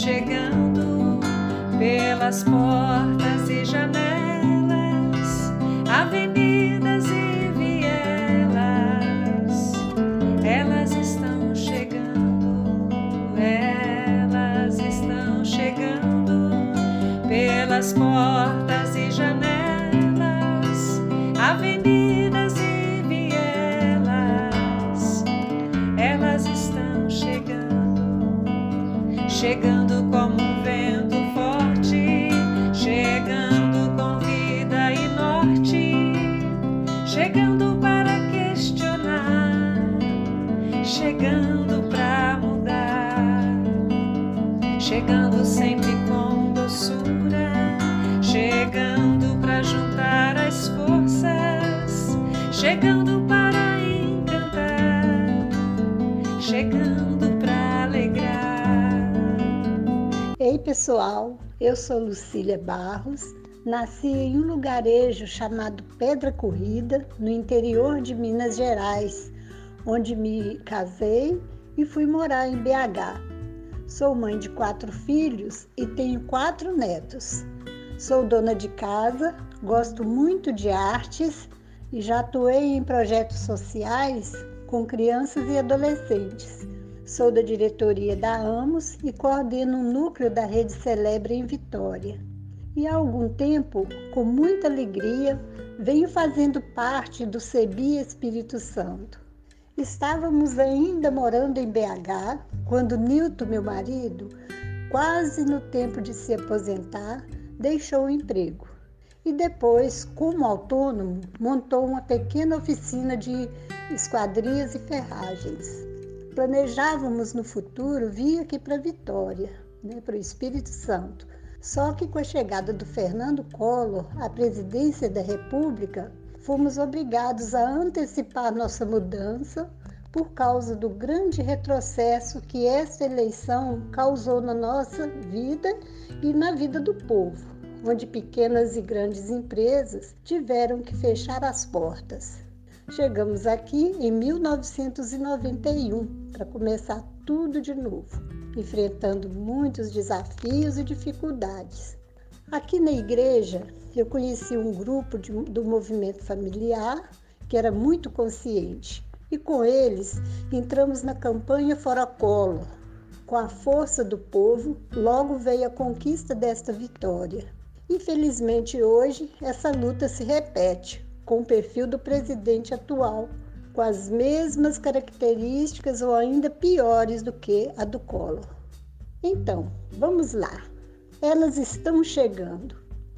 chegando pelas portas e janelas, avenidas e vielas. Elas estão chegando, elas estão chegando pelas portas e janelas, avenidas e vielas. Elas estão chegando como um vento forte, chegando com vida e norte, chegando para questionar, chegando para mudar, chegando sempre com doçura, chegando para juntar as forças, chegando para encantar, chegando para alegrar. Ei pessoal, eu sou Lucília Barros, nasci em um lugarejo chamado Pedra Corrida, no interior de Minas Gerais, onde me casei e fui morar em BH. Sou mãe de 4 filhos e tenho 4 netos. Sou dona de casa, gosto muito de artes e já atuei em projetos sociais com crianças e adolescentes. Sou da diretoria da AMOS e coordeno um núcleo da Rede Celebre em Vitória. E há algum tempo, com muita alegria, venho fazendo parte do CEBI Espírito Santo. Estávamos ainda morando em BH, quando Nilton, meu marido, quase no tempo de se aposentar, deixou o emprego. E depois, como autônomo, montou uma pequena oficina de esquadrias e ferragens. Planejávamos no futuro vir aqui para Vitória, para o Espírito Santo. Só que com a chegada do Fernando Collor à presidência da República, fomos obrigados a antecipar nossa mudança por causa do grande retrocesso que essa eleição causou na nossa vida e na vida do povo, onde pequenas e grandes empresas tiveram que fechar as portas. Chegamos aqui em 1991 para começar tudo de novo, enfrentando muitos desafios e dificuldades. Aqui na igreja, eu conheci um grupo do movimento familiar que era muito consciente e com eles entramos na campanha Fora Collor. Com a força do povo, logo veio a conquista desta vitória. Infelizmente hoje, essa luta se repete com o perfil do presidente atual, com as mesmas características ou ainda piores do que a do Collor. Então, vamos lá. Elas estão chegando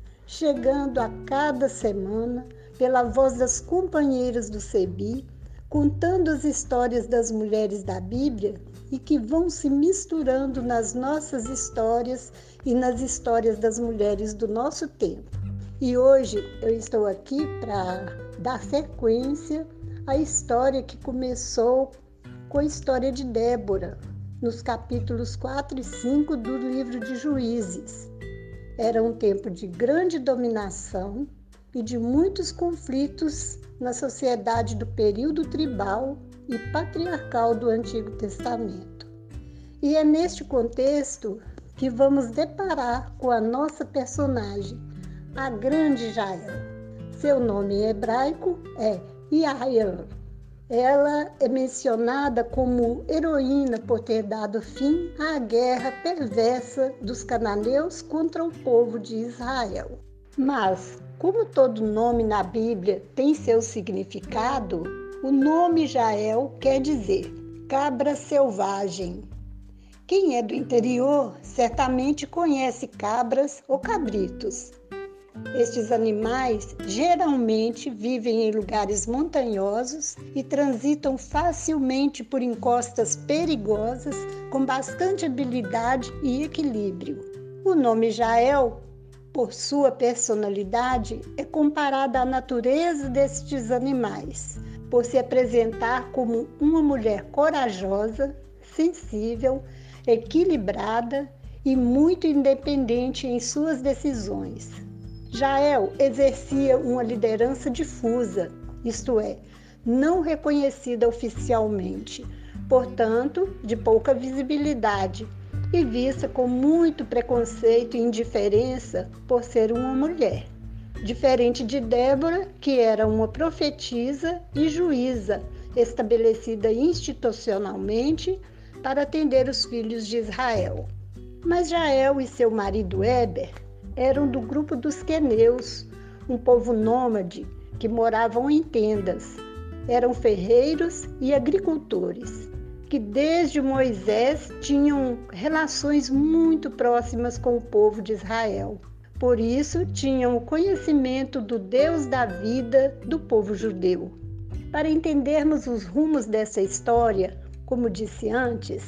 a cada semana pela voz das companheiras do CEBI, contando as histórias das mulheres da Bíblia e que vão se misturando nas nossas histórias e nas histórias das mulheres do nosso tempo. E hoje eu estou aqui para dar sequência à história que começou com a história de Débora, nos capítulos 4 e 5 do livro de Juízes. Era um tempo de grande dominação e de muitos conflitos na sociedade do período tribal e patriarcal do Antigo Testamento. E é neste contexto que vamos deparar com a nossa personagem, a grande Jael. Seu nome em hebraico é Yael. Ela é mencionada como heroína por ter dado fim à guerra perversa dos cananeus contra o povo de Israel. Mas, como todo nome na Bíblia tem seu significado, o nome Jael quer dizer cabra selvagem. Quem é do interior certamente conhece cabras ou cabritos. Estes animais geralmente vivem em lugares montanhosos e transitam facilmente por encostas perigosas com bastante habilidade e equilíbrio. O nome Jael, por sua personalidade, é comparado à natureza destes animais, por se apresentar como uma mulher corajosa, sensível, equilibrada e muito independente em suas decisões. Jael exercia uma liderança difusa, isto é, não reconhecida oficialmente, portanto, de pouca visibilidade, e vista com muito preconceito e indiferença por ser uma mulher. Diferente de Débora, que era uma profetisa e juíza, estabelecida institucionalmente para atender os filhos de Israel. Mas Jael e seu marido Éber eram do grupo dos queneus, um povo nômade que moravam em tendas. Eram ferreiros e agricultores, que desde Moisés tinham relações muito próximas com o povo de Israel. Por isso, tinham o conhecimento do Deus da vida do povo judeu. Para entendermos os rumos dessa história, como disse antes,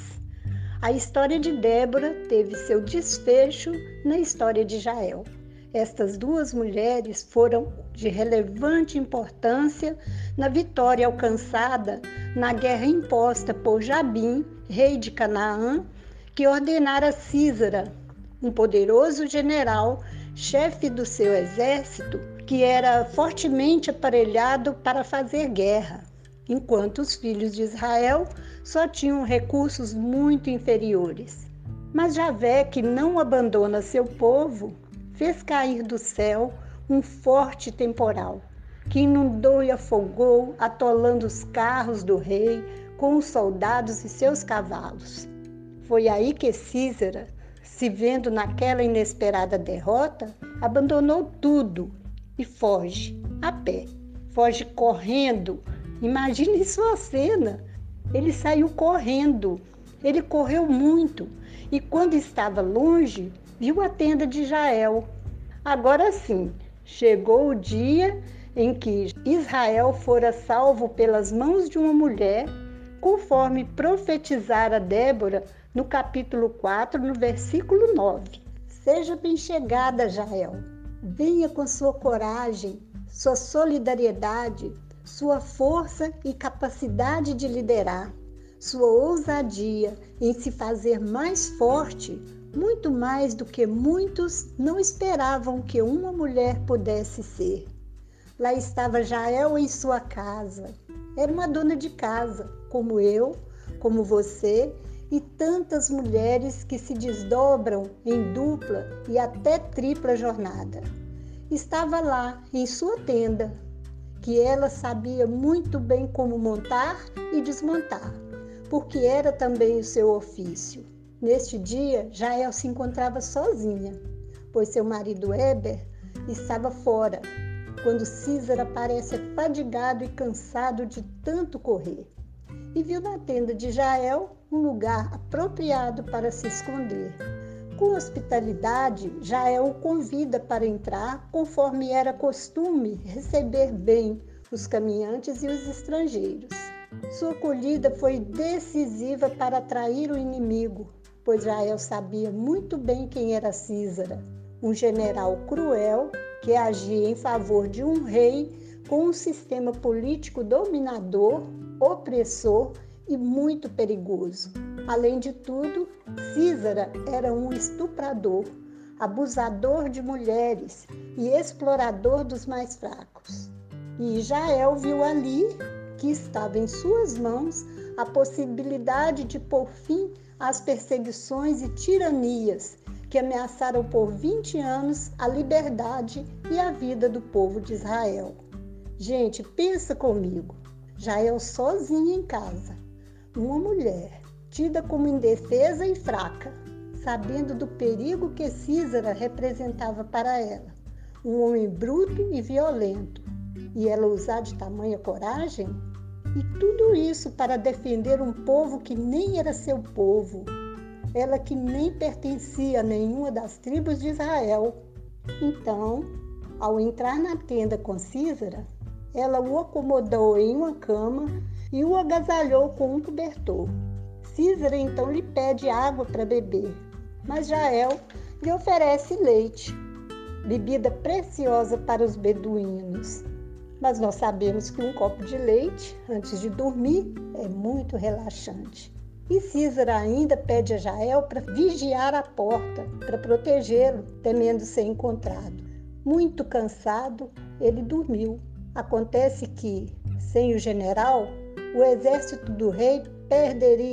a história de Débora teve seu desfecho na história de Jael. Estas duas mulheres foram de relevante importância na vitória alcançada na guerra imposta por Jabim, rei de Canaã, que ordenara Sísara, um poderoso general, chefe do seu exército, que era fortemente aparelhado para fazer guerra, enquanto os filhos de Israel só tinham recursos muito inferiores. Mas Javé, que não abandona seu povo, fez cair do céu um forte temporal, que inundou e afogou, atolando os carros do rei com os soldados e seus cavalos. Foi aí que Sísara, se vendo naquela inesperada derrota, abandonou tudo e foge a pé. Foge correndo. Imagine sua cena. Ele saiu correndo. Ele correu muito e quando estava longe, viu a tenda de Jael. Agora sim, chegou o dia em que Israel fora salvo pelas mãos de uma mulher, conforme profetizara Débora no capítulo 4, no versículo 9. Seja bem chegada, Jael. Venha com sua coragem, sua solidariedade, sua força e capacidade de liderar, sua ousadia em se fazer mais forte, muito mais do que muitos não esperavam que uma mulher pudesse ser. Lá estava Jael em sua casa. Era uma dona de casa, como eu, como você e tantas mulheres que se desdobram em dupla e até tripla jornada. Estava lá, em sua tenda, que ela sabia muito bem como montar e desmontar, porque era também o seu ofício. Neste dia, Jael se encontrava sozinha, pois seu marido Éber estava fora, quando Sísara aparece fadigado e cansado de tanto correr, e viu na tenda de Jael um lugar apropriado para se esconder. Com hospitalidade, Jael o convida para entrar, conforme era costume receber bem os caminhantes e os estrangeiros. Sua acolhida foi decisiva para atrair o inimigo, pois Jael sabia muito bem quem era Sísara, um general cruel que agia em favor de um rei com um sistema político dominador, opressor e muito perigoso. Além de tudo, Sísara era um estuprador, abusador de mulheres e explorador dos mais fracos. E Jael viu ali que estava em suas mãos a possibilidade de pôr fim às perseguições e tiranias que ameaçaram por 20 anos a liberdade e a vida do povo de Israel. Gente, pensa comigo, Jael sozinha em casa, uma mulher tida como indefesa e fraca, sabendo do perigo que Sísara representava para ela, um homem bruto e violento, e ela usar de tamanha coragem? E tudo isso para defender um povo que nem era seu povo, ela que nem pertencia a nenhuma das tribos de Israel. Então, ao entrar na tenda com Sísara, ela o acomodou em uma cama e o agasalhou com um cobertor. Sísara então lhe pede água para beber, mas Jael lhe oferece leite, bebida preciosa para os beduínos. Mas nós sabemos que um copo de leite antes de dormir é muito relaxante. E Sísara ainda pede a Jael para vigiar a porta, para protegê-lo, temendo ser encontrado. Muito cansado, ele dormiu. Acontece que, sem o general, o exército do rei perderia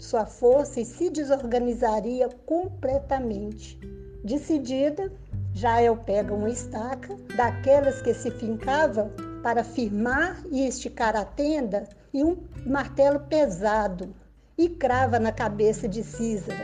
sua força e se desorganizaria completamente. Decidida, Jael pega uma estaca, daquelas que se fincava para firmar e esticar a tenda, e um martelo pesado, e crava na cabeça de Císara,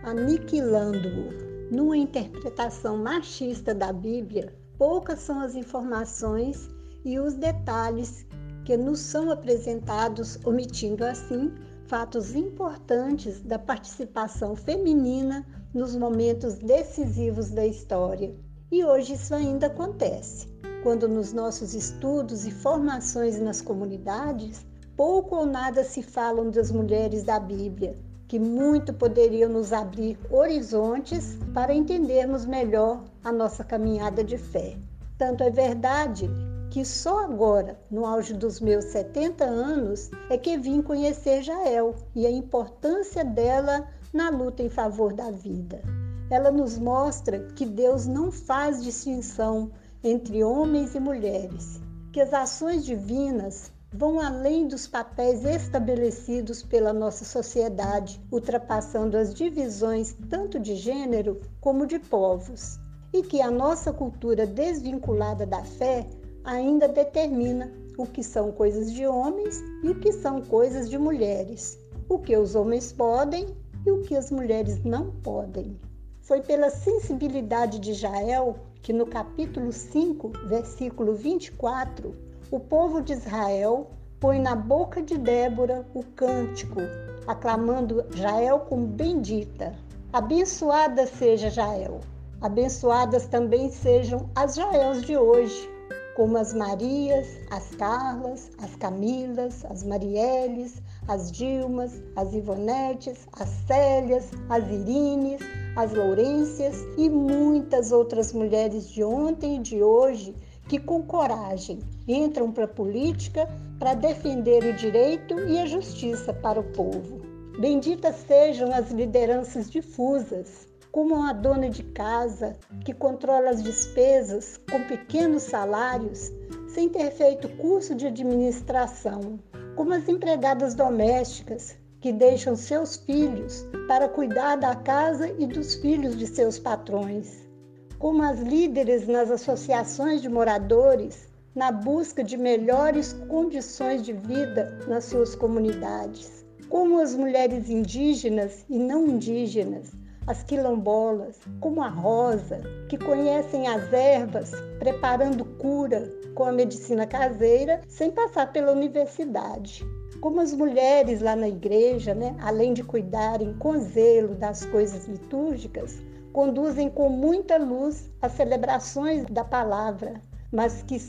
aniquilando-o. Numa interpretação machista da Bíblia, poucas são as informações e os detalhes que nos são apresentados, omitindo assim fatos importantes da participação feminina nos momentos decisivos da história. E hoje isso ainda acontece, quando nos nossos estudos e formações nas comunidades, pouco ou nada se falam das mulheres da Bíblia, que muito poderiam nos abrir horizontes para entendermos melhor a nossa caminhada de fé. Tanto é verdade que só agora, no auge dos meus 70 anos, é que vim conhecer Jael e a importância dela na luta em favor da vida. Ela nos mostra que Deus não faz distinção entre homens e mulheres, que as ações divinas vão além dos papéis estabelecidos pela nossa sociedade, ultrapassando as divisões tanto de gênero como de povos, e que a nossa cultura desvinculada da fé ainda determina o que são coisas de homens e o que são coisas de mulheres, o que os homens podem e o que as mulheres não podem. Foi pela sensibilidade de Jael que no capítulo 5, versículo 24, o povo de Israel põe na boca de Débora o cântico, aclamando Jael como bendita. Abençoada seja Jael. Abençoadas também sejam as Jaels de hoje, como as Marias, as Carlas, as Camilas, as Marieles, as Dilmas, as Ivonetes, as Célias, as Irines, as Laurências e muitas outras mulheres de ontem e de hoje que com coragem entram para a política para defender o direito e a justiça para o povo. Benditas sejam as lideranças difusas, como a dona de casa que controla as despesas com pequenos salários, sem ter feito curso de administração, como as empregadas domésticas que deixam seus filhos para cuidar da casa e dos filhos de seus patrões, como as líderes nas associações de moradores na busca de melhores condições de vida nas suas comunidades, como as mulheres indígenas e não indígenas, as quilombolas, como a Rosa, que conhecem as ervas, preparando cura com a medicina caseira sem passar pela universidade. Como as mulheres lá na igreja, além de cuidarem com zelo das coisas litúrgicas, conduzem com muita luz as celebrações da palavra, mas que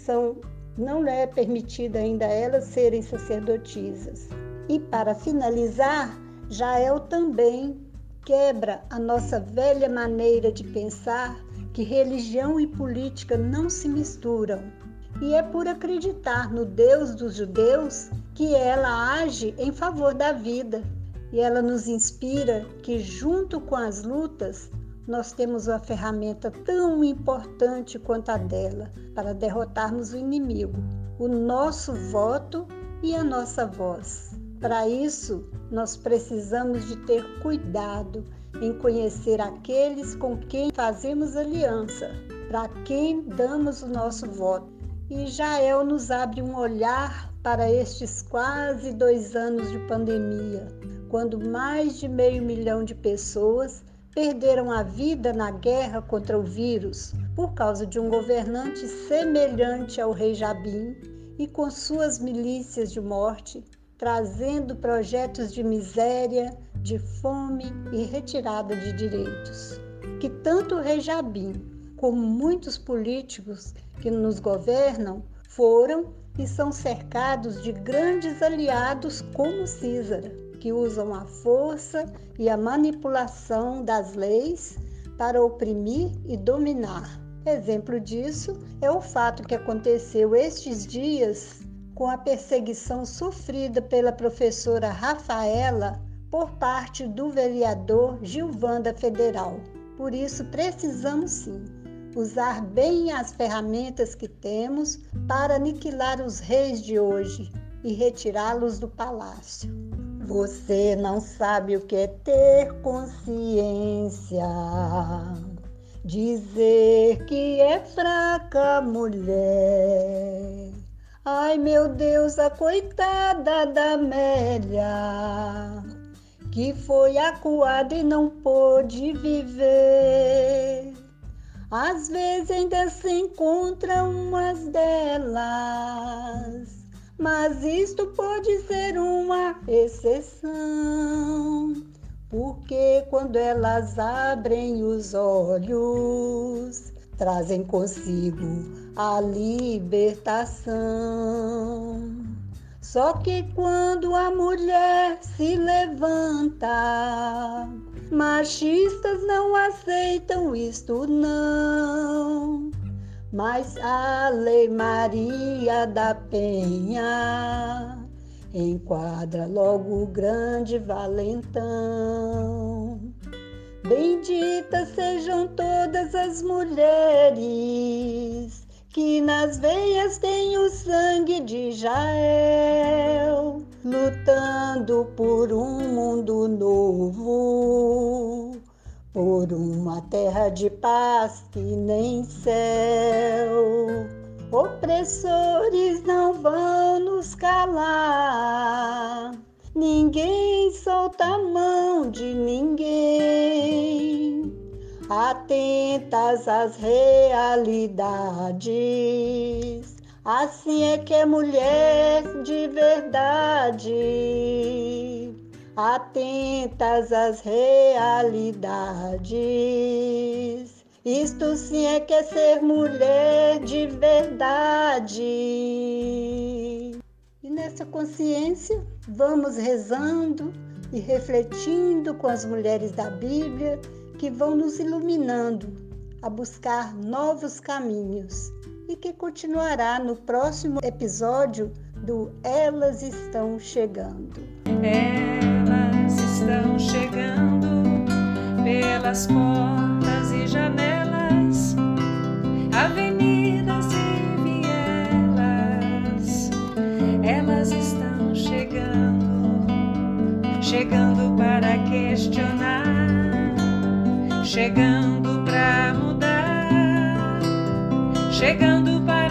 não é permitida ainda a elas serem sacerdotisas. E para finalizar, Jael também quebra a nossa velha maneira de pensar que religião e política não se misturam. E é por acreditar no Deus dos judeus que ela age em favor da vida. E ela nos inspira que, junto com as lutas, nós temos uma ferramenta tão importante quanto a dela para derrotarmos o inimigo, o nosso voto e a nossa voz. Para isso, nós precisamos de ter cuidado em conhecer aqueles com quem fazemos aliança, para quem damos o nosso voto. E Jael nos abre um olhar para estes quase 2 anos de pandemia, quando mais de 500 mil de pessoas perderam a vida na guerra contra o vírus por causa de um governante semelhante ao rei Jabim e com suas milícias de morte, trazendo projetos de miséria, de fome e retirada de direitos. Que tanto o rei Jabim como muitos políticos que nos governam foram e são cercados de grandes aliados como Císara, que usam a força e a manipulação das leis para oprimir e dominar. Exemplo disso é o fato que aconteceu estes dias com a perseguição sofrida pela professora Rafaela por parte do vereador Gilvan da Federal. Por isso, precisamos sim usar bem as ferramentas que temos para aniquilar os reis de hoje e retirá-los do palácio. Você não sabe o que é ter consciência, dizer que é fraca mulher. Ai, meu Deus, a coitada da Amélia, que foi acuada e não pôde viver. Às vezes ainda se encontram umas delas, mas isto pode ser uma exceção, porque quando elas abrem os olhos, trazem consigo a libertação. Só que quando a mulher se levanta, machistas não aceitam isto não. Mas a Lei Maria da Penha enquadra logo o grande valentão. Benditas sejam todas as mulheres que nas veias têm o sangue de Jael, lutando por um mundo novo, por uma terra de paz que nem céu. Opressores não vão nos calar, ninguém solta a mão de ninguém. Atentas às realidades, assim é que é mulher de verdade. Atentas às realidades, isto sim é que é ser mulher de verdade. E nessa consciência, vamos rezando e refletindo com as mulheres da Bíblia que vão nos iluminando a buscar novos caminhos e que continuará no próximo episódio do Elas Estão Chegando. Elas estão chegando pelas portas e janelas, avenidas e vielas. Elas estão chegando para questionar, chegando para mudar, chegando para